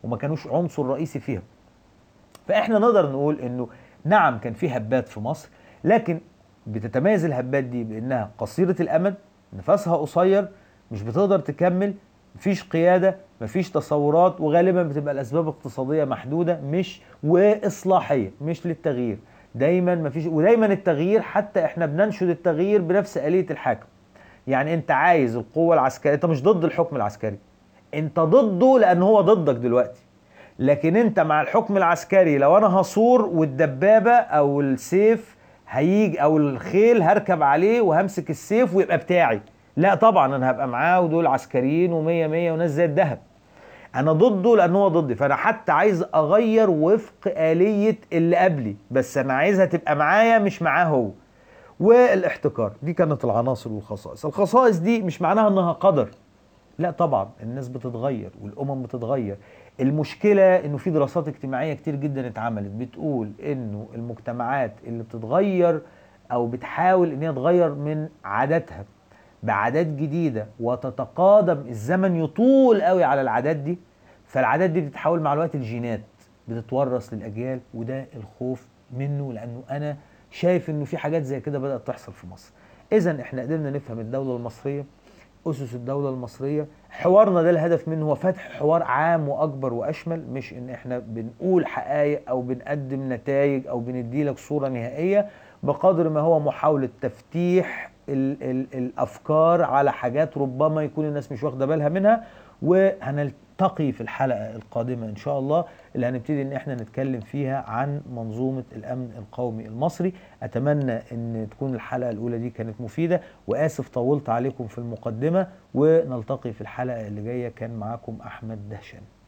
وما كانوش عنصر رئيسي فيها. فاحنا نقدر نقول انه نعم كان في هبات في مصر، لكن بتتميز الهبات دي بانها قصيرة الامد، نفسها قصير، مش بتقدر تكمل، مفيش قيادة، مفيش تصورات، وغالبا بتبقى الاسباب اقتصادية محدودة مش واصلاحية، مش للتغيير. دايما مفيش، ودايما التغيير حتى احنا بننشد التغيير بنفس آلية الحاكم. يعني انت عايز القوة العسكرية، انت مش ضد الحكم العسكري، انت ضده لان هو ضدك دلوقتي. لكن انت مع الحكم العسكري لو انا هصور والدبابة او السيف هيجي او الخيل هركب عليه وهمسك السيف ويبقى بتاعي، لا طبعا انا هبقى معاه ودول عسكريين ومية مية وناس زي الدهب. انا ضده لان هو ضدي، فانا حتى عايز اغير وفق آلية اللي قبلي، بس انا عايزها تبقى معايا مش معاه هو. والاحتكار دي كانت العناصر والخصائص. الخصائص دي مش معناها انها قدر، لا طبعا الناس بتتغير والامم بتتغير. المشكلة انه في دراسات اجتماعية كتير جدا اتعملت بتقول انه المجتمعات اللي بتتغير او بتحاول ان هي تغير من عاداتها بعادات جديدة وتتقادم الزمن يطول قوي على العادات دي، فالعادات دي بتتحول مع الوقت الجينات، بتتورث للاجيال. وده الخوف منه، لانه انا شايف انه في حاجات زي كده بدأت تحصل في مصر. اذا احنا قدرنا نفهم الدولة المصرية، أسس الدولة المصرية. حوارنا ده الهدف منه هو فتح حوار عام وأكبر وأشمل، مش إن إحنا بنقول حقائق أو بنقدم نتائج أو بنديلك صورة نهائية، بقدر ما هو محاولة تفتيح الأفكار على حاجات ربما يكون الناس مش واخدة بالها منها. وهنلتقي في الحلقة القادمة إن شاء الله اللي هنبتدي إن إحنا نتكلم فيها عن منظومة الأمن القومي المصري. أتمنى إن تكون الحلقة الأولى دي كانت مفيدة، وآسف طولت عليكم في المقدمة، ونلتقي في الحلقة اللي جاية. كان معاكم أحمد دهشان.